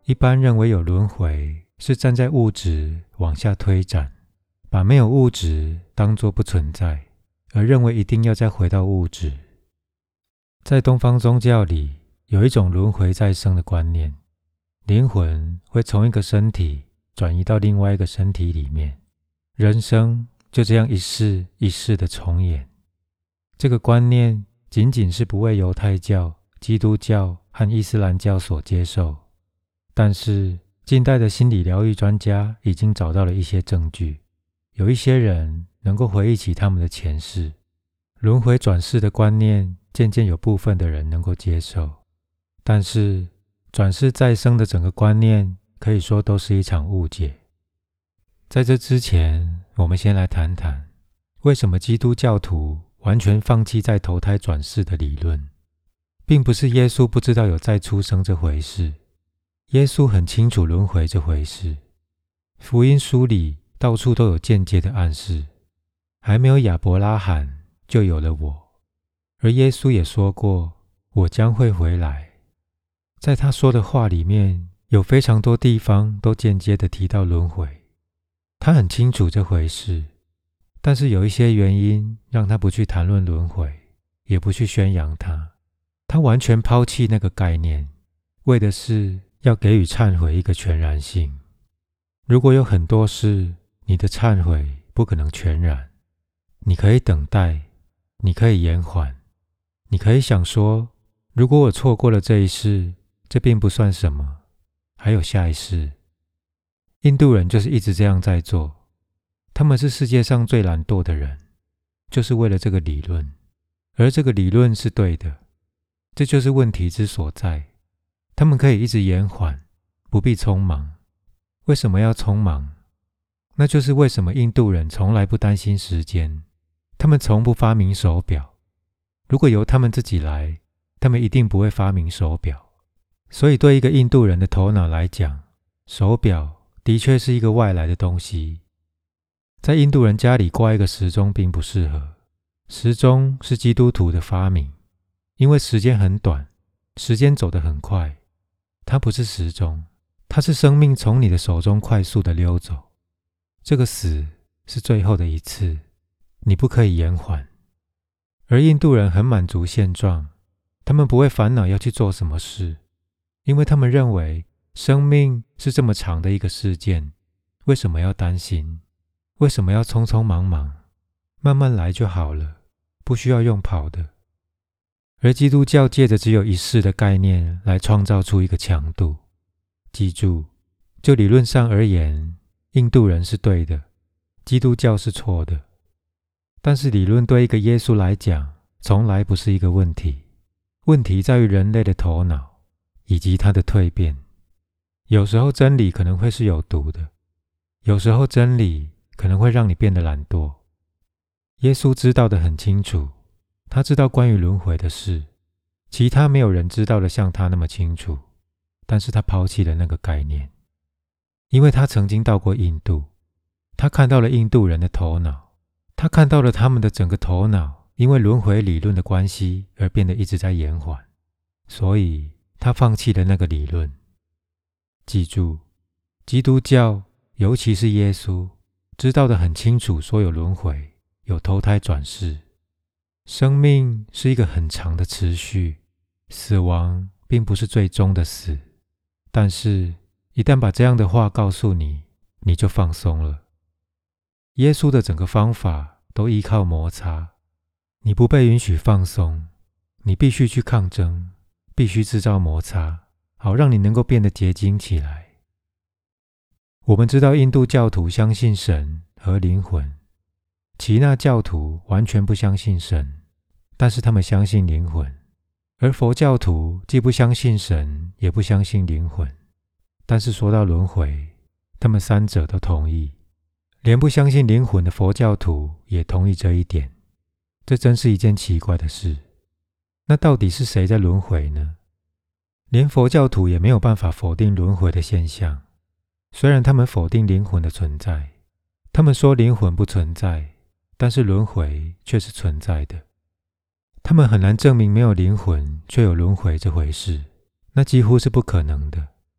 一般认为有轮回是站在物质往下推展，把没有物质当作不存在，而认为一定要再回到物质。在东方宗教里，有一种轮回再生的观念，灵魂会从一个身体转移到另外一个身体里面，人生就这样一世一世的重演。这个观念仅仅是不为犹太教、基督教和伊斯兰教所接受，但是近代的心理疗愈专家已经找到了一些证据，有一些人能够回忆起他们的前世。轮回转世的观念渐渐有部分的人能够接受，但是转世再生的整个观念可以说都是一场误解。在这之前，我们先来谈谈为什么基督教徒完全放弃再投胎转世的理论。并不是耶稣不知道有再出生这回事，耶稣很清楚轮回这回事。福音书里到处都有间接的暗示，还没有亚伯拉罕就有了我，而耶稣也说过我将会回来。在他说的话里面有非常多地方都间接的提到轮回，他很清楚这回事，但是有一些原因让他不去谈论轮回，也不去宣扬它。他完全抛弃那个概念，为的是要给予忏悔一个全然性。如果有很多事，你的忏悔不可能全然，你可以等待，你可以延缓，你可以想说，如果我错过了这一世，这并不算什么，还有下一世。印度人就是一直这样在做，他们是世界上最懒惰的人，就是为了这个理论，而这个理论是对的。这就是问题之所在，他们可以一直延缓，不必匆忙。为什么要匆忙？那就是为什么印度人从来不担心时间，他们从不发明手表。如果由他们自己来，他们一定不会发明手表。所以对一个印度人的头脑来讲，手表的确是一个外来的东西。在印度人家里挂一个时钟并不适合，时钟是基督徒的发明。因为时间很短，时间走得很快，它不是时钟，它是生命从你的手中快速地溜走。这个死是最后的一次，你不可以延缓。而印度人很满足现状，他们不会烦恼要去做什么事，因为他们认为生命是这么长的一个事件，为什么要担心？为什么要匆匆忙忙？慢慢来就好了，不需要用跑的。而基督教借着只有一世的概念来创造出一个强度。记住，就理论上而言，印度人是对的，基督教是错的。但是理论对一个耶稣来讲，从来不是一个问题。问题在于人类的头脑，以及它的蜕变。有时候真理可能会是有毒的，有时候真理可能会让你变得懒惰。耶稣知道得很清楚，他知道关于轮回的事，其他没有人知道的像他那么清楚，但是他抛弃了那个概念。因为他曾经到过印度，他看到了印度人的头脑，他看到了他们的整个头脑因为轮回理论的关系而变得一直在延缓，所以他放弃了那个理论。记住，基督教，尤其是耶稣，知道得很清楚，说有轮回，有投胎转世。生命是一个很长的持续，死亡并不是最终的死。但是，一旦把这样的话告诉你，你就放松了。耶稣的整个方法都依靠摩擦，你不被允许放松，你必须去抗争，必须制造摩擦，好让你能够变得结晶起来。我们知道印度教徒相信神和灵魂，耆那教徒完全不相信神，但是他们相信灵魂。而佛教徒既不相信神，也不相信灵魂，但是说到轮回，他们三者都同意。连不相信灵魂的佛教徒也同意这一点，这真是一件奇怪的事。那到底是谁在轮回呢？连佛教徒也没有办法否定轮回的现象，虽然他们否定灵魂的存在，他们说灵魂不存在，但是轮回却是存在的。他们很难证明没有灵魂却有轮回这回事，那几乎是不可能的。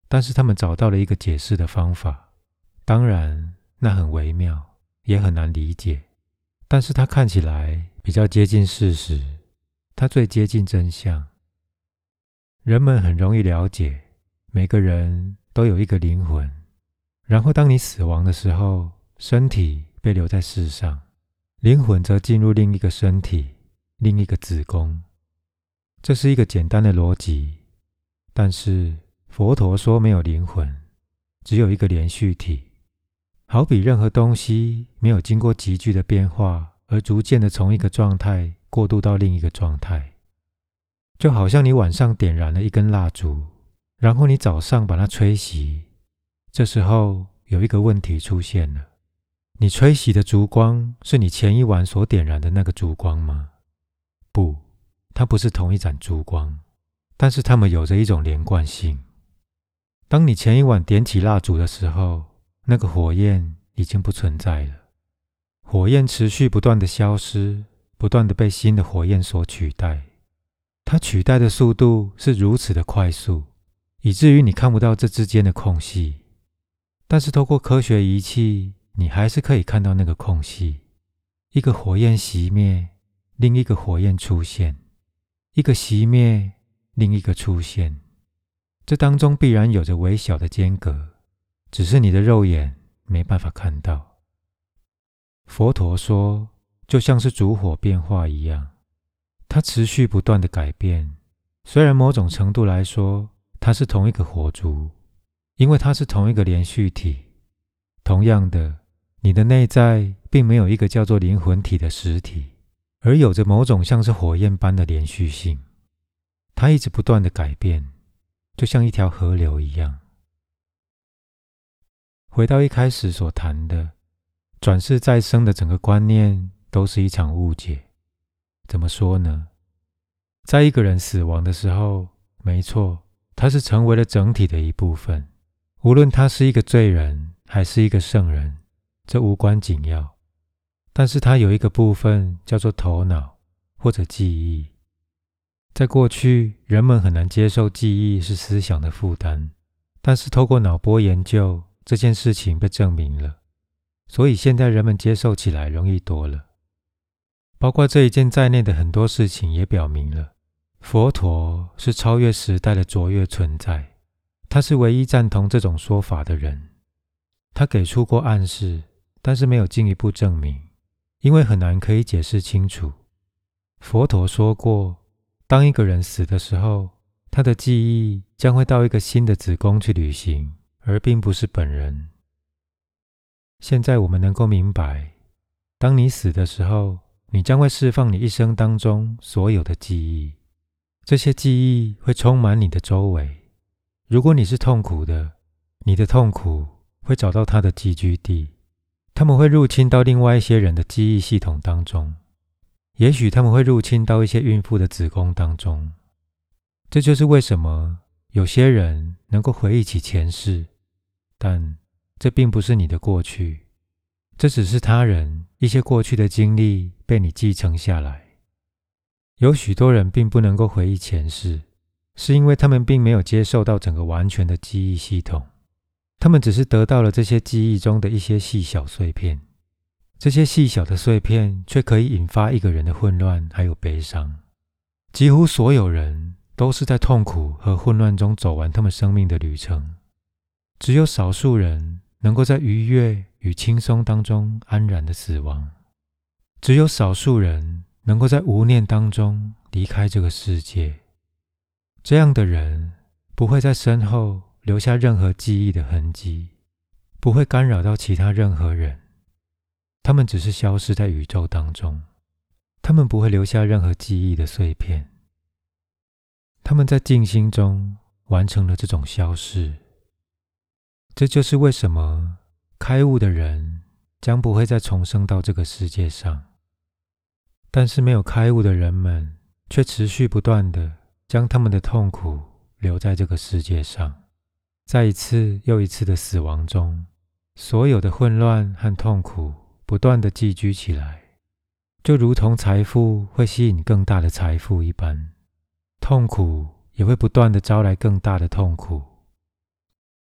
但是他们找到了一个解释的方法。当然，那很微妙，也很难理解，但是它看起来比较接近事实，它最接近真相。人们很容易了解，每个人都有一个灵魂，然后当你死亡的时候，身体被留在世上，灵魂则进入另一个身体，另一个子宫。这是一个简单的逻辑，但是佛陀说没有灵魂，只有一个连续体，好比任何东西没有经过急剧的变化，而逐渐的从一个状态过渡到另一个状态。就好像你晚上点燃了一根蜡烛，然后你早上把它吹熄，这时候有一个问题出现了，你吹熄的烛光是你前一晚所点燃的那个烛光吗？不，它不是同一盏烛光，但是它们有着一种连贯性。当你前一晚点起蜡烛的时候，那个火焰已经不存在了，火焰持续不断的消失，不断的被新的火焰所取代。它取代的速度是如此的快速，以至于你看不到这之间的空隙。但是透过科学仪器，你还是可以看到那个空隙。一个火焰熄灭，另一个火焰出现；一个熄灭，另一个出现。这当中必然有着微小的间隔，只是你的肉眼没办法看到。佛陀说，就像是烛火变化一样，它持续不断的改变。虽然某种程度来说，它是同一个火烛，因为它是同一个连续体。同样的，你的内在并没有一个叫做灵魂体的实体，而有着某种像是火焰般的连续性。它一直不断的改变，就像一条河流一样。回到一开始所谈的，转世再生的整个观念都是一场误解。怎么说呢？在一个人死亡的时候，没错，他是成为了整体的一部分。无论他是一个罪人还是一个圣人，这无关紧要。但是他有一个部分叫做头脑或者记忆。在过去，人们很难接受记忆是思想的负担，但是透过脑波研究，这件事情被证明了，所以现在人们接受起来容易多了。包括这一件在内的很多事情也表明了，佛陀是超越时代的卓越存在，他是唯一赞同这种说法的人。他给出过暗示，但是没有进一步证明，因为很难可以解释清楚。佛陀说过，当一个人死的时候，他的记忆将会到一个新的子宫去旅行，而并不是本人。现在我们能够明白，当你死的时候，你将会释放你一生当中所有的记忆，这些记忆会充满你的周围。如果你是痛苦的，你的痛苦会找到它的寄居地，他们会入侵到另外一些人的记忆系统当中，也许他们会入侵到一些孕妇的子宫当中。这就是为什么有些人能够回忆起前世，但这并不是你的过去，这只是他人一些过去的经历被你继承下来。有许多人并不能够回忆前世，是因为他们并没有接受到整个完全的记忆系统，他们只是得到了这些记忆中的一些细小碎片。这些细小的碎片却可以引发一个人的混乱还有悲伤。几乎所有人都是在痛苦和混乱中走完他们生命的旅程，只有少数人能够在愉悦与轻松当中安然的死亡，只有少数人能够在无念当中离开这个世界。这样的人不会在身后留下任何记忆的痕迹，不会干扰到其他任何人，他们只是消失在宇宙当中，他们不会留下任何记忆的碎片。他们在静心中完成了这种消逝。这就是为什么开悟的人将不会再重生到这个世界上，但是没有开悟的人们却持续不断地将他们的痛苦留在这个世界上。在一次又一次的死亡中，所有的混乱和痛苦不断地寄居起来，就如同财富会吸引更大的财富一般，痛苦也会不断地招来更大的痛苦。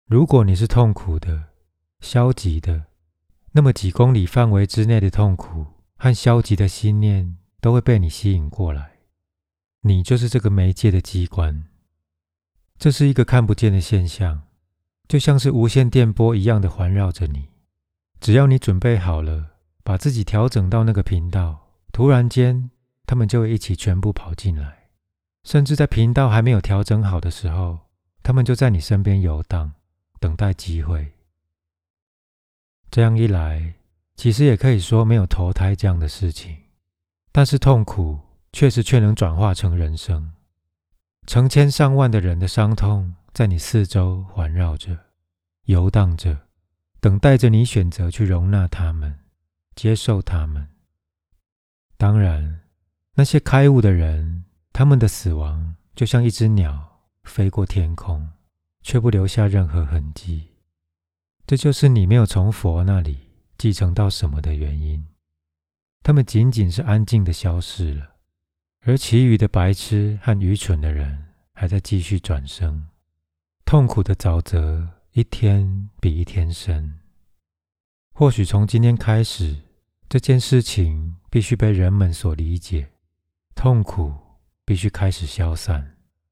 如果你是痛苦的、消极的，那么几公里范围之内的痛苦和消极的心念都会被你吸引过来。你就是这个媒介的机关。这是一个看不见的现象，就像是无线电波一样的环绕着你。只要你准备好了，把自己调整到那个频道，突然间，他们就会一起全部跑进来。甚至在频道还没有调整好的时候，他们就在你身边游荡，等待机会。这样一来，其实也可以说没有投胎这样的事情，但是痛苦确实却能转化成人生。成千上万的人的伤痛在你四周环绕着，游荡着，等待着你选择去容纳他们，接受他们。当然，那些开悟的人，他们的死亡就像一只鸟飞过天空，却不留下任何痕迹。这就是你没有从佛那里继承到什么的原因。他们仅仅是安静地消逝了，而其余的白痴和愚蠢的人还在继续转生，痛苦的沼泽一天比一天深。或许从今天开始，这件事情必须被人们所理解，痛苦必须开始消散。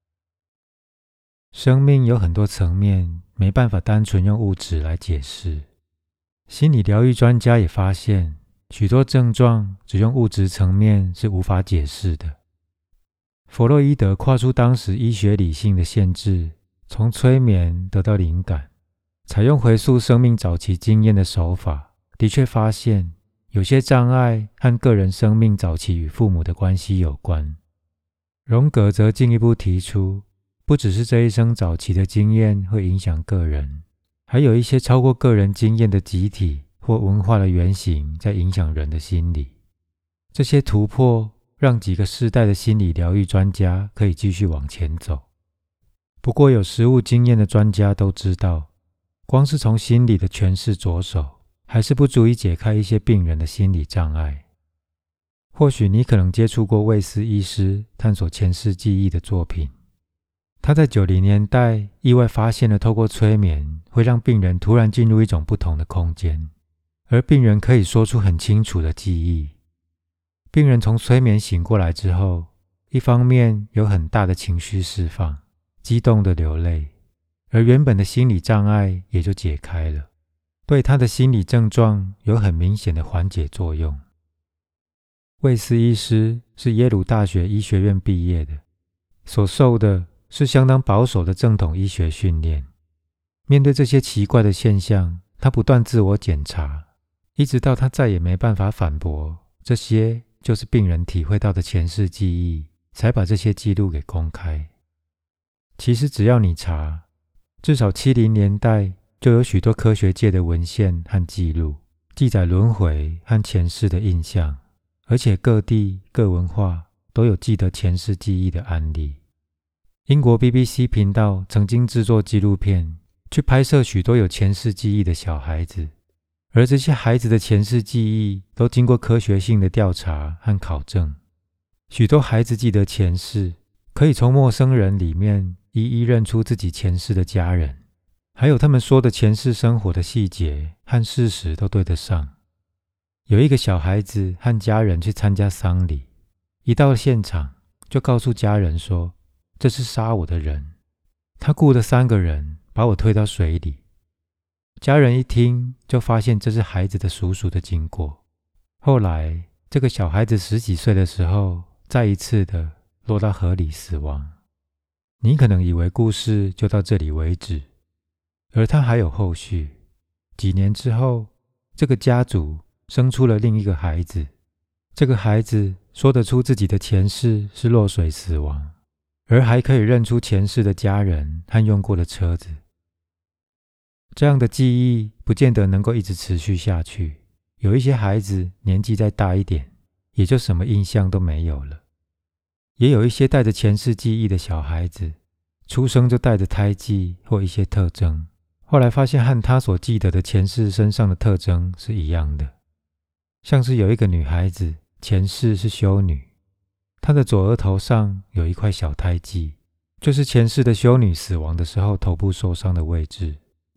生命有很多层面，没办法单纯用物质来解释。心理疗愈专家也发现，许多症状只用物质层面是无法解释的。弗洛伊德跨出当时医学理性的限制，从催眠得到灵感，采用回溯生命早期经验的手法，的确发现有些障碍和个人生命早期与父母的关系有关。荣格则进一步提出，不只是这一生早期的经验会影响个人，还有一些超过个人经验的集体或文化的原型在影响人的心理。这些突破让几个世代的心理疗愈专家可以继续往前走。不过有实务经验的专家都知道，光是从心理的诠释着手，还是不足以解开一些病人的心理障碍。或许你可能接触过魏斯医师探索前世记忆的作品。他在90年代意外发现了透过催眠会让病人突然进入一种不同的空间，而病人可以说出很清楚的记忆。病人从催眠醒过来之后，一方面有很大的情绪释放，激动的流泪，而原本的心理障碍也就解开了，对他的心理症状有很明显的缓解作用。魏斯医师是耶鲁大学医学院毕业的，所受的是相当保守的正统医学训练。面对这些奇怪的现象，他不断自我检查，一直到他再也没办法反驳这些就是病人体会到的前世记忆，才把这些记录给公开。其实只要你查，至少70年代就有许多科学界的文献和记录，记载轮回和前世的印象，而且各地各文化都有记得前世记忆的案例。英国 BBC 频道曾经制作纪录片，去拍摄许多有前世记忆的小孩子，而这些孩子的前世记忆都经过科学性的调查和考证。许多孩子记得前世，可以从陌生人里面一一认出自己前世的家人，还有他们说的前世生活的细节和事实都对得上。有一个小孩子和家人去参加丧礼，一到现场就告诉家人说，这是杀我的人，他雇的3个人把我推到水里。家人一听就发现这是孩子的叔叔的经过。后来这个小孩子10几岁的时候，再一次的落到河里死亡。你可能以为故事就到这里为止，而它还有后续。几年之后，这个家族生出了另一个孩子，这个孩子说得出自己的前世是落水死亡，而还可以认出前世的家人和用过的车子。这样的记忆不见得能够一直持续下去，有一些孩子年纪再大一点，也就什么印象都没有了。也有一些带着前世记忆的小孩子，出生就带着胎记或一些特征，后来发现和他所记得的前世身上的特征是一样的。像是有一个女孩子，前世是修女，她的左额头上有一块小胎记，就是前世的修女死亡的时候头部受伤的位置。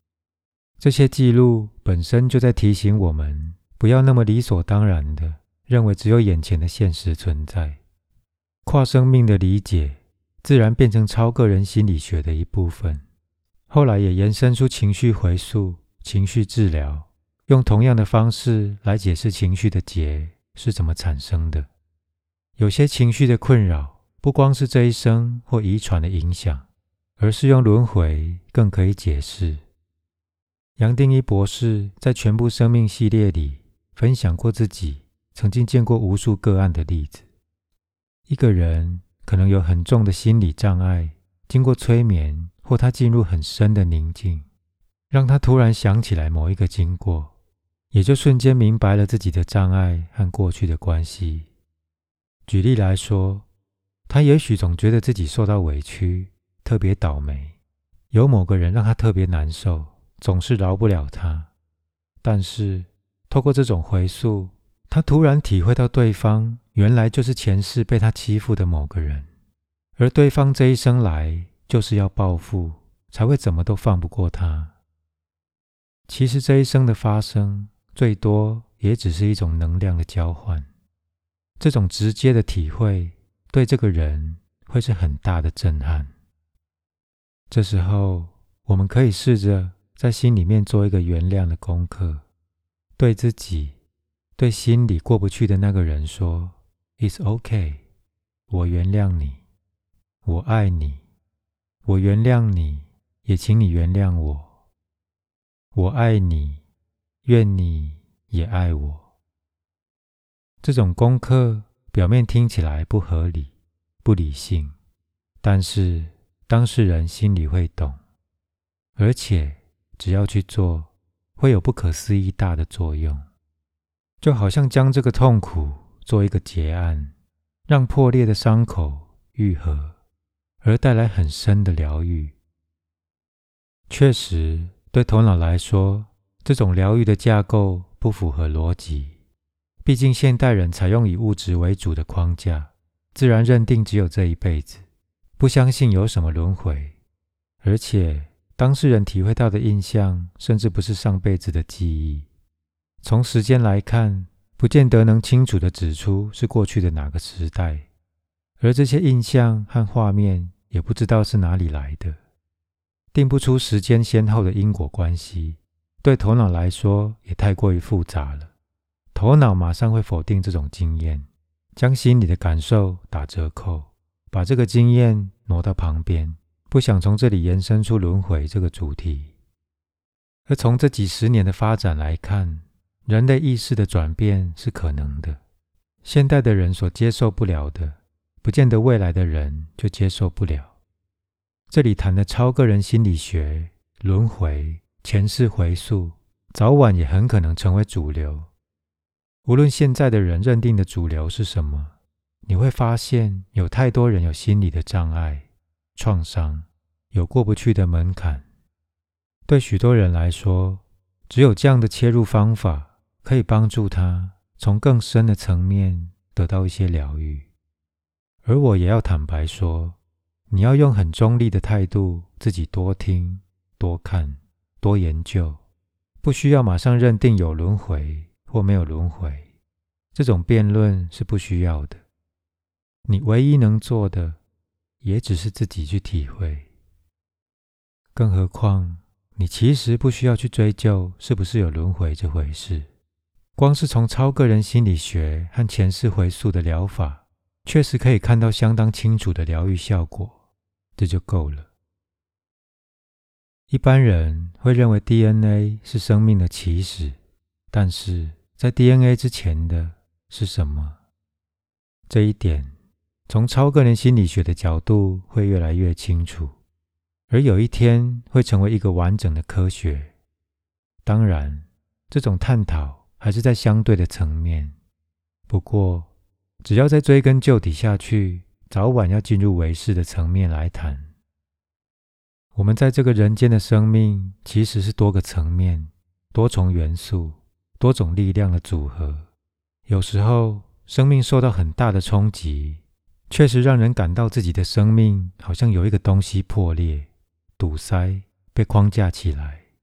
这些记录本身就在提醒我们，不要那么理所当然的认为只有眼前的现实存在。跨生命的理解自然变成超个人心理学的一部分，后来也延伸出情绪回溯、情绪治疗，用同样的方式来解释情绪的结是怎么产生的。有些情绪的困扰不光是这一生或遗传的影响，而是用轮回更可以解释。杨定一博士在全部生命系列里分享过自己曾经见过无数个案的例子。一个人可能有很重的心理障碍，经过催眠或他进入很深的宁静，让他突然想起来某一个经过，也就瞬间明白了自己的障碍和过去的关系。举例来说，他也许总觉得自己受到委屈，特别倒霉，有某个人让他特别难受，总是饶不了他。但是透过这种回溯，他突然体会到对方原来就是前世被他欺负的某个人，而对方这一生来就是要报复，才会怎么都放不过他。其实这一生的发生，最多也只是一种能量的交换。这种直接的体会，对这个人会是很大的震撼。这时候，我们可以试着在心里面做一个原谅的功课，对自己、对心里过不去的那个人说 "It's okay， 我原谅你，我爱你，我原谅你，也请你原谅我，我爱你，愿你也爱我。"这种功课表面听起来不合理、不理性，但是当事人心里会懂，而且只要去做，会有不可思议大的作用。就好像将这个痛苦做一个结案，让破裂的伤口愈合，而带来很深的疗愈。确实，对头脑来说，这种疗愈的架构不符合逻辑。毕竟现代人采用以物质为主的框架，自然认定只有这一辈子，不相信有什么轮回。而且当事人体会到的印象，甚至不是上辈子的记忆。从时间来看，不见得能清楚地指出是过去的哪个时代，而这些印象和画面也不知道是哪里来的，定不出时间先后的因果关系，对头脑来说也太过于复杂了。头脑马上会否定这种经验，将心里的感受打折扣，把这个经验挪到旁边，不想从这里延伸出轮回这个主题。而从这几十年的发展来看，人类意识的转变是可能的。现代的人所接受不了的，不见得未来的人就接受不了。这里谈的超个人心理学、轮回、前世回溯，早晚也很可能成为主流。无论现在的人认定的主流是什么，你会发现有太多人有心理的障碍、创伤，有过不去的门槛。对许多人来说，只有这样的切入方法，可以帮助他从更深的层面得到一些疗愈。而我也要坦白说，你要用很中立的态度，自己多听、多看、多研究，不需要马上认定有轮回或没有轮回，这种辩论是不需要的。你唯一能做的，也只是自己去体会。更何况，你其实不需要去追究是不是有轮回这回事。光是从超个人心理学和前世回溯的疗法，确实可以看到相当清楚的疗愈效果，这就够了。一般人会认为 DNA 是生命的起始，但是在 DNA 之前的是什么？这一点，从超个人心理学的角度会越来越清楚，而有一天会成为一个完整的科学。当然，这种探讨还是在相对的层面。不过，只要再追根究底下去，早晚要进入唯识的层面来谈。我们在这个人间的生命，其实是多个层面、多重元素、多种力量的组合。有时候，生命受到很大的冲击，确实让人感到自己的生命好像有一个东西破裂、堵塞、被框架起来。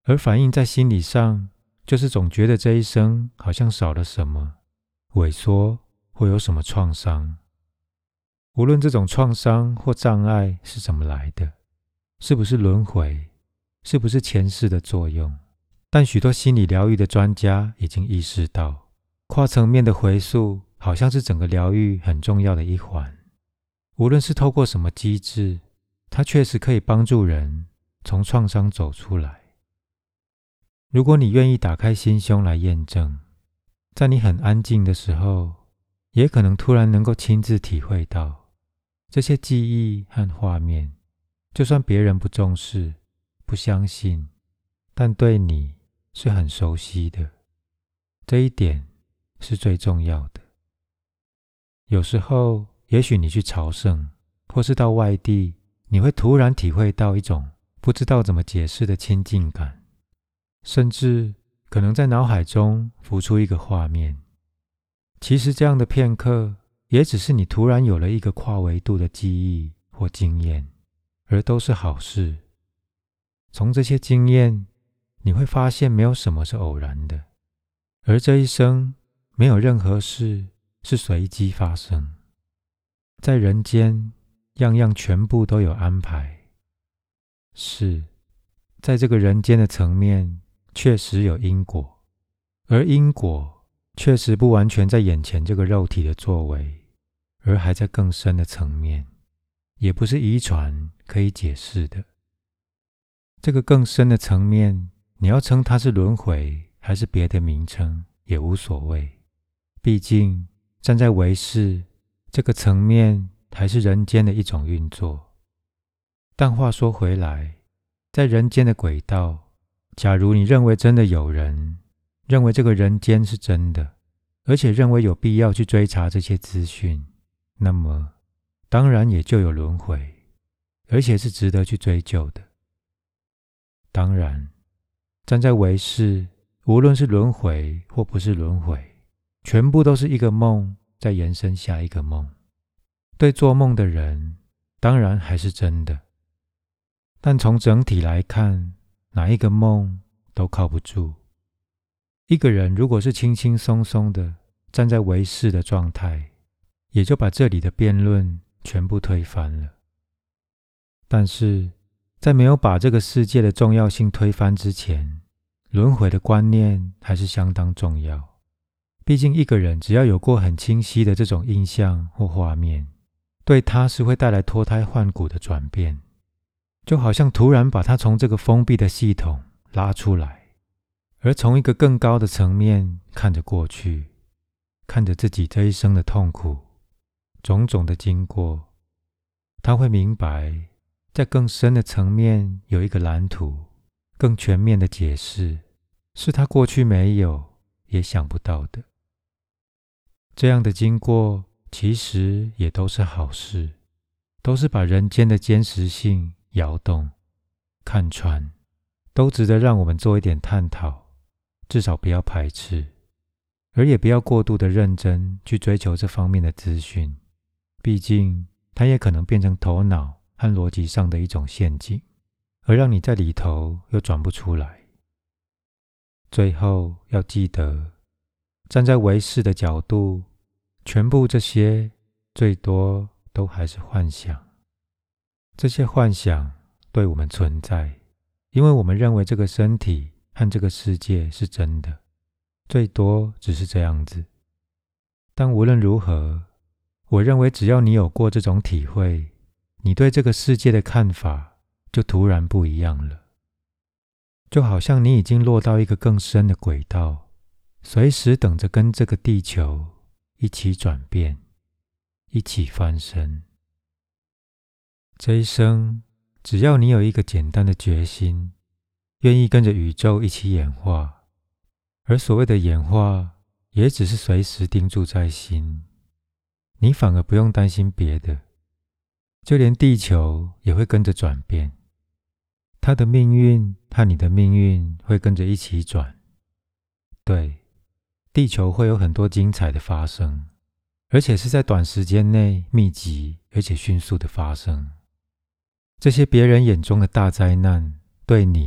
而反映在心理上，就是总觉得这一生好像少了什么，萎缩或有什么创伤。无论这种创伤或障碍是怎么来的，是不是轮回，是不是前世的作用，但许多心理疗愈的专家已经意识到，跨层面的回溯好像是整个疗愈很重要的一环。无论是透过什么机制，它确实可以帮助人从创伤走出来。如果你愿意打开心胸来验证，在你很安静的时候，也可能突然能够亲自体会到这些记忆和画面，就算别人不重视、不相信，但对你是很熟悉的。这一点是最重要的。有时候，也许你去朝圣，或是到外地，你会突然体会到一种不知道怎么解释的亲近感。甚至可能在脑海中浮出一个画面，其实这样的片刻，也只是你突然有了一个跨维度的记忆或经验，而都是好事。从这些经验，你会发现没有什么是偶然的，而这一生没有任何事是随机发生。在人间，样样全部都有安排。是，在这个人间的层面，确实有因果，而因果确实不完全在眼前这个肉体的作为，而还在更深的层面，也不是遗传可以解释的。这个更深的层面，你要称它是轮回还是别的名称也无所谓，毕竟站在唯识这个层面，还是人间的一种运作。但话说回来，在人间的轨道，假如你认为真的有人，认为这个人间是真的，而且认为有必要去追查这些资讯，那么当然也就有轮回，而且是值得去追究的。当然，站在唯识，无论是轮回或不是轮回，全部都是一个梦再延伸下一个梦。对做梦的人，当然还是真的，但从整体来看，哪一个梦都靠不住。一个人如果是轻轻松松的站在唯识的状态，也就把这里的辩论全部推翻了。但是在没有把这个世界的重要性推翻之前，轮回的观念还是相当重要。毕竟一个人只要有过很清晰的这种印象或画面，对他是会带来脱胎换骨的转变，就好像突然把他从这个封闭的系统拉出来，而从一个更高的层面看着过去，看着自己这一生的痛苦，种种的经过，他会明白，在更深的层面有一个蓝图，更全面的解释，是他过去没有也想不到的。这样的经过其实也都是好事，都是把人间的坚实性摇动、看穿，都值得让我们做一点探讨，至少不要排斥，而也不要过度的认真去追求这方面的资讯，毕竟它也可能变成头脑和逻辑上的一种陷阱，而让你在里头又转不出来。最后要记得，站在唯识的角度，全部这些最多都还是幻想。这些幻想对我们存在，因为我们认为这个身体和这个世界是真的，最多只是这样子。但无论如何，我认为只要你有过这种体会，你对这个世界的看法就突然不一样了。就好像你已经落到一个更深的轨道，随时等着跟这个地球一起转变，一起翻身。这一生，只要你有一个简单的决心，愿意跟着宇宙一起演化，而所谓的演化，也只是随时盯住在心，你反而不用担心别的，就连地球也会跟着转变。它的命运和你的命运会跟着一起转。对，地球会有很多精彩的发生，而且是在短时间内密集而且迅速的发生。这些别人眼中的大灾难，对你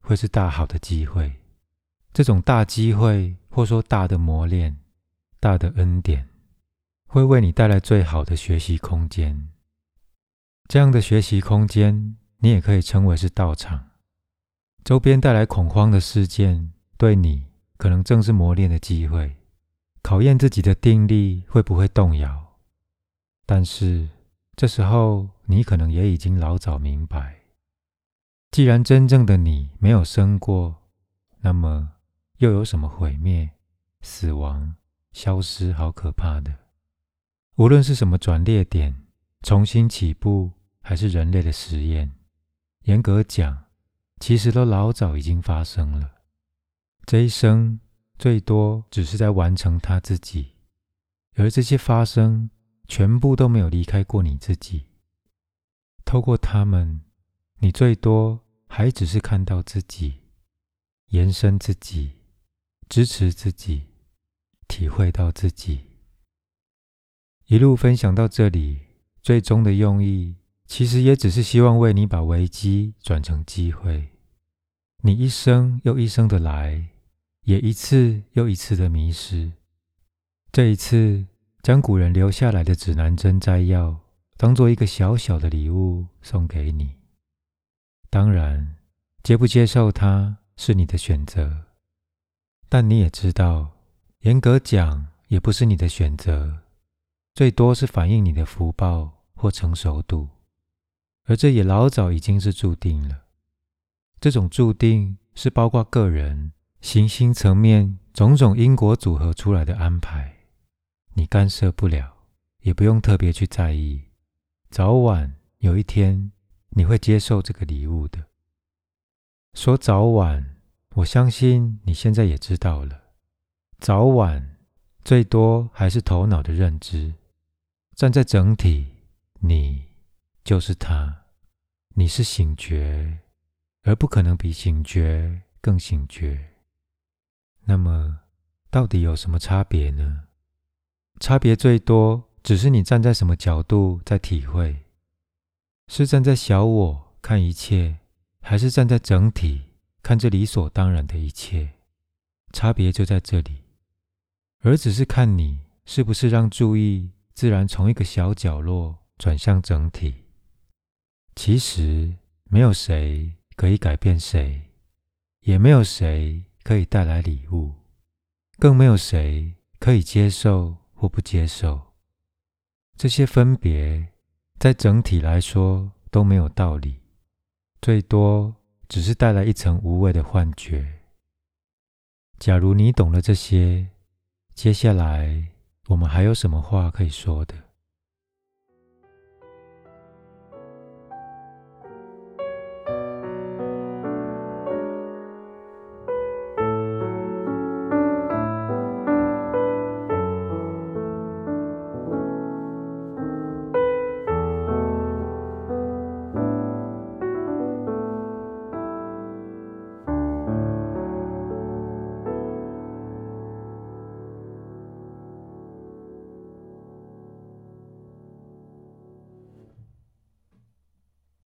会是大好的机会。这种大机会，或说大的磨练、大的恩典，会为你带来最好的学习空间。这样的学习空间，你也可以称为是道场。周边带来恐慌的事件，对你可能正是磨练的机会，考验自己的定力会不会动摇。但是这时候你可能也已经老早明白，既然真正的你没有生过，那么又有什么毁灭、死亡、消失好可怕的？无论是什么转捩点、重新起步，还是人类的实验，严格讲，其实都老早已经发生了。这一生最多只是在完成他自己，而这些发生全部都没有离开过你自己。透过他们，你最多还只是看到自己，延伸自己，支持自己，体会到自己。一路分享到这里，最终的用意其实也只是希望为你把危机转成机会。你一生又一生的来，也一次又一次的迷失。这一次，将古人留下来的指南针摘要当做一个小小的礼物送给你。当然，接不接受它是你的选择，但你也知道，严格讲也不是你的选择，最多是反映你的福报或成熟度，而这也老早已经是注定了。这种注定是包括个人、行星层面种种因果组合出来的安排，你干涉不了，也不用特别去在意。早晚有一天，你会接受这个礼物的。说早晚，我相信你现在也知道了。早晚最多还是头脑的认知，站在整体，你就是他，你是醒觉，而不可能比醒觉更醒觉。那么到底有什么差别呢？差别最多只是你站在什么角度在体会，是站在小我看一切，还是站在整体看这理所当然的一切。差别就在这里，而只是看你是不是让注意自然从一个小角落转向整体。其实没有谁可以改变谁，也没有谁可以带来礼物，更没有谁可以接受或不接受。这些分别在整体来说都没有道理，最多只是带来一层无谓的幻觉。假如你懂了这些，接下来我们还有什么话可以说的？